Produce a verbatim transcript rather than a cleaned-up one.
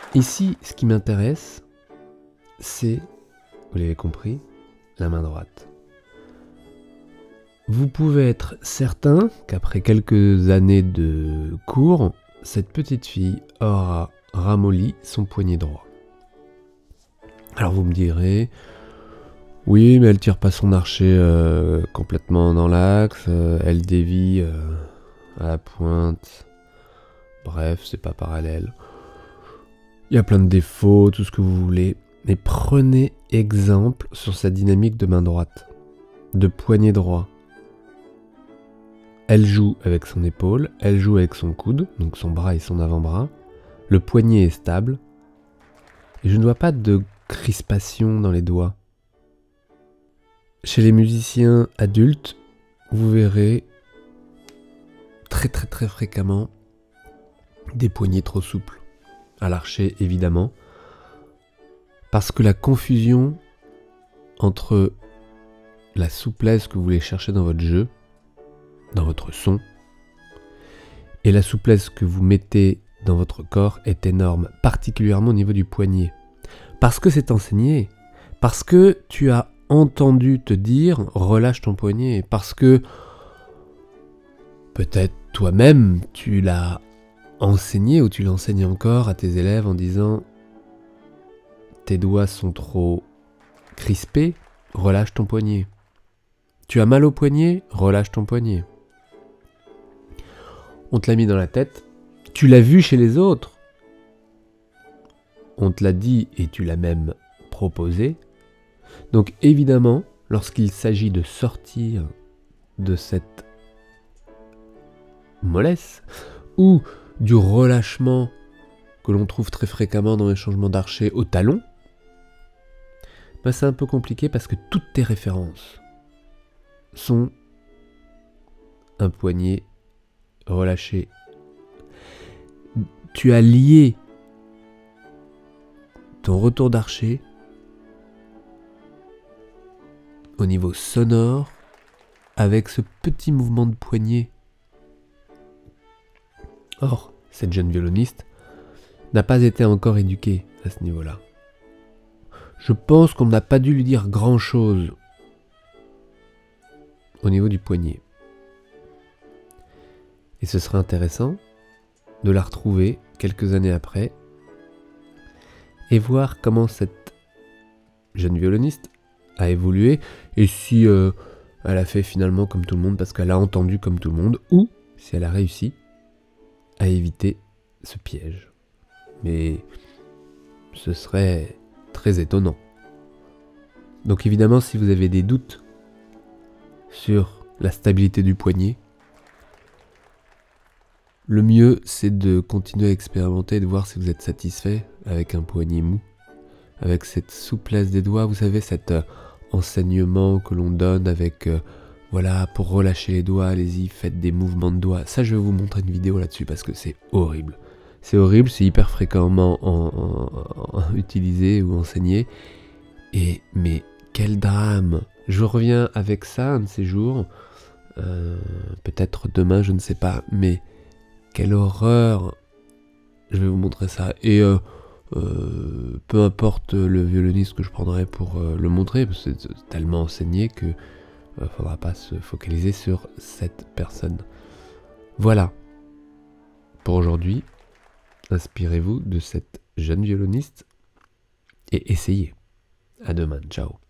Ici, ce qui m'intéresse, c'est, vous l'avez compris, la main droite. Vous pouvez être certain qu'après quelques années de cours, cette petite fille aura ramolli son poignet droit. Alors vous me direz, oui, mais elle tire pas son archer euh, complètement dans l'axe, euh, elle dévie euh, à la pointe, bref, c'est pas parallèle. Il y a plein de défauts, tout ce que vous voulez, mais prenez exemple sur sa dynamique de main droite, de poignet droit. Elle joue avec son épaule, elle joue avec son coude, donc son bras et son avant-bras. Le poignet est stable. Et je ne vois pas de crispation dans les doigts. Chez les musiciens adultes, vous verrez très très très fréquemment des poignets trop souples. À l'archer, évidemment. Parce que la confusion entre la souplesse que vous voulez chercher dans votre jeu, dans votre son, et la souplesse que vous mettez dans votre corps est énorme, particulièrement au niveau du poignet. Parce que c'est enseigné, parce que tu as entendu te dire « relâche ton poignet », parce que peut-être toi-même tu l'as enseigné ou tu l'enseignes encore à tes élèves en disant « tes doigts sont trop crispés, relâche ton poignet ». Tu as mal au poignet, relâche ton poignet. On te l'a mis dans la tête, tu l'as vu chez les autres, on te l'a dit et tu l'as même proposé. Donc évidemment, lorsqu'il s'agit de sortir de cette mollesse ou du relâchement que l'on trouve très fréquemment dans les changements d'archer au talon, ben c'est un peu compliqué parce que toutes tes références sont un poignet relâché. Tu as lié ton retour d'archer au niveau sonore avec ce petit mouvement de poignet. Or, cette jeune violoniste n'a pas été encore éduquée à ce niveau-là. Je pense qu'on n'a pas dû lui dire grand-chose au niveau du poignet. Et ce serait intéressant de la retrouver quelques années après et voir comment cette jeune violoniste a évolué et si euh, elle a fait finalement comme tout le monde parce qu'elle a entendu comme tout le monde ou si elle a réussi à éviter ce piège. Mais ce serait très étonnant. Donc évidemment, si vous avez des doutes sur la stabilité du poignet, le mieux, c'est de continuer à expérimenter et de voir si vous êtes satisfait avec un poignet mou, avec cette souplesse des doigts, vous savez, cet euh, enseignement que l'on donne avec, euh, voilà, pour relâcher les doigts, allez-y, faites des mouvements de doigts. Ça, je vais vous montrer une vidéo là-dessus parce que c'est horrible. C'est horrible, c'est hyper fréquemment en, en, en, utilisé ou enseigné. Et, mais quel drame! Je reviens avec ça un de ces jours, euh, peut-être demain, je ne sais pas, mais quelle horreur! Je vais vous montrer ça. Et euh, euh, peu importe le violoniste que je prendrai pour euh, le montrer, parce que c'est tellement enseigné que ne euh, faudra pas se focaliser sur cette personne. Voilà. Pour aujourd'hui, inspirez-vous de cette jeune violoniste et essayez. À demain. Ciao.